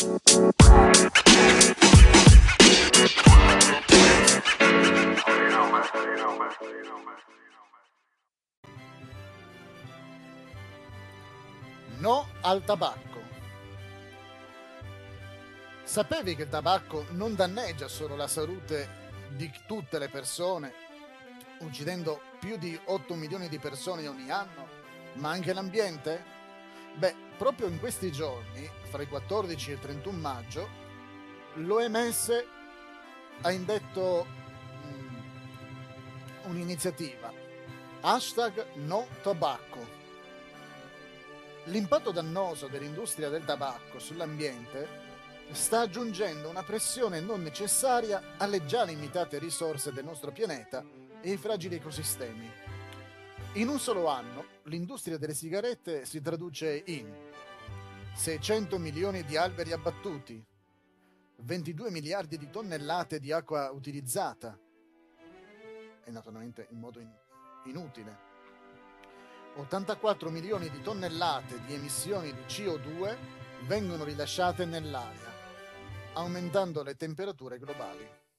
No al tabacco. Sapevi che il tabacco non danneggia solo la salute di tutte le persone, uccidendo più di 8 milioni di persone ogni anno, ma anche l'ambiente? Beh, proprio in questi giorni, fra il 14 e il 31 maggio, l'OMS ha indetto un'iniziativa, #NoTobacco. L'impatto dannoso dell'industria del tabacco sull'ambiente sta aggiungendo una pressione non necessaria alle già limitate risorse del nostro pianeta e ai fragili ecosistemi. In un solo anno, l'industria delle sigarette si traduce in 600 milioni di alberi abbattuti, 22 miliardi di tonnellate di acqua utilizzata, e naturalmente in modo inutile, 84 milioni di tonnellate di emissioni di CO2 vengono rilasciate nell'aria, aumentando le temperature globali.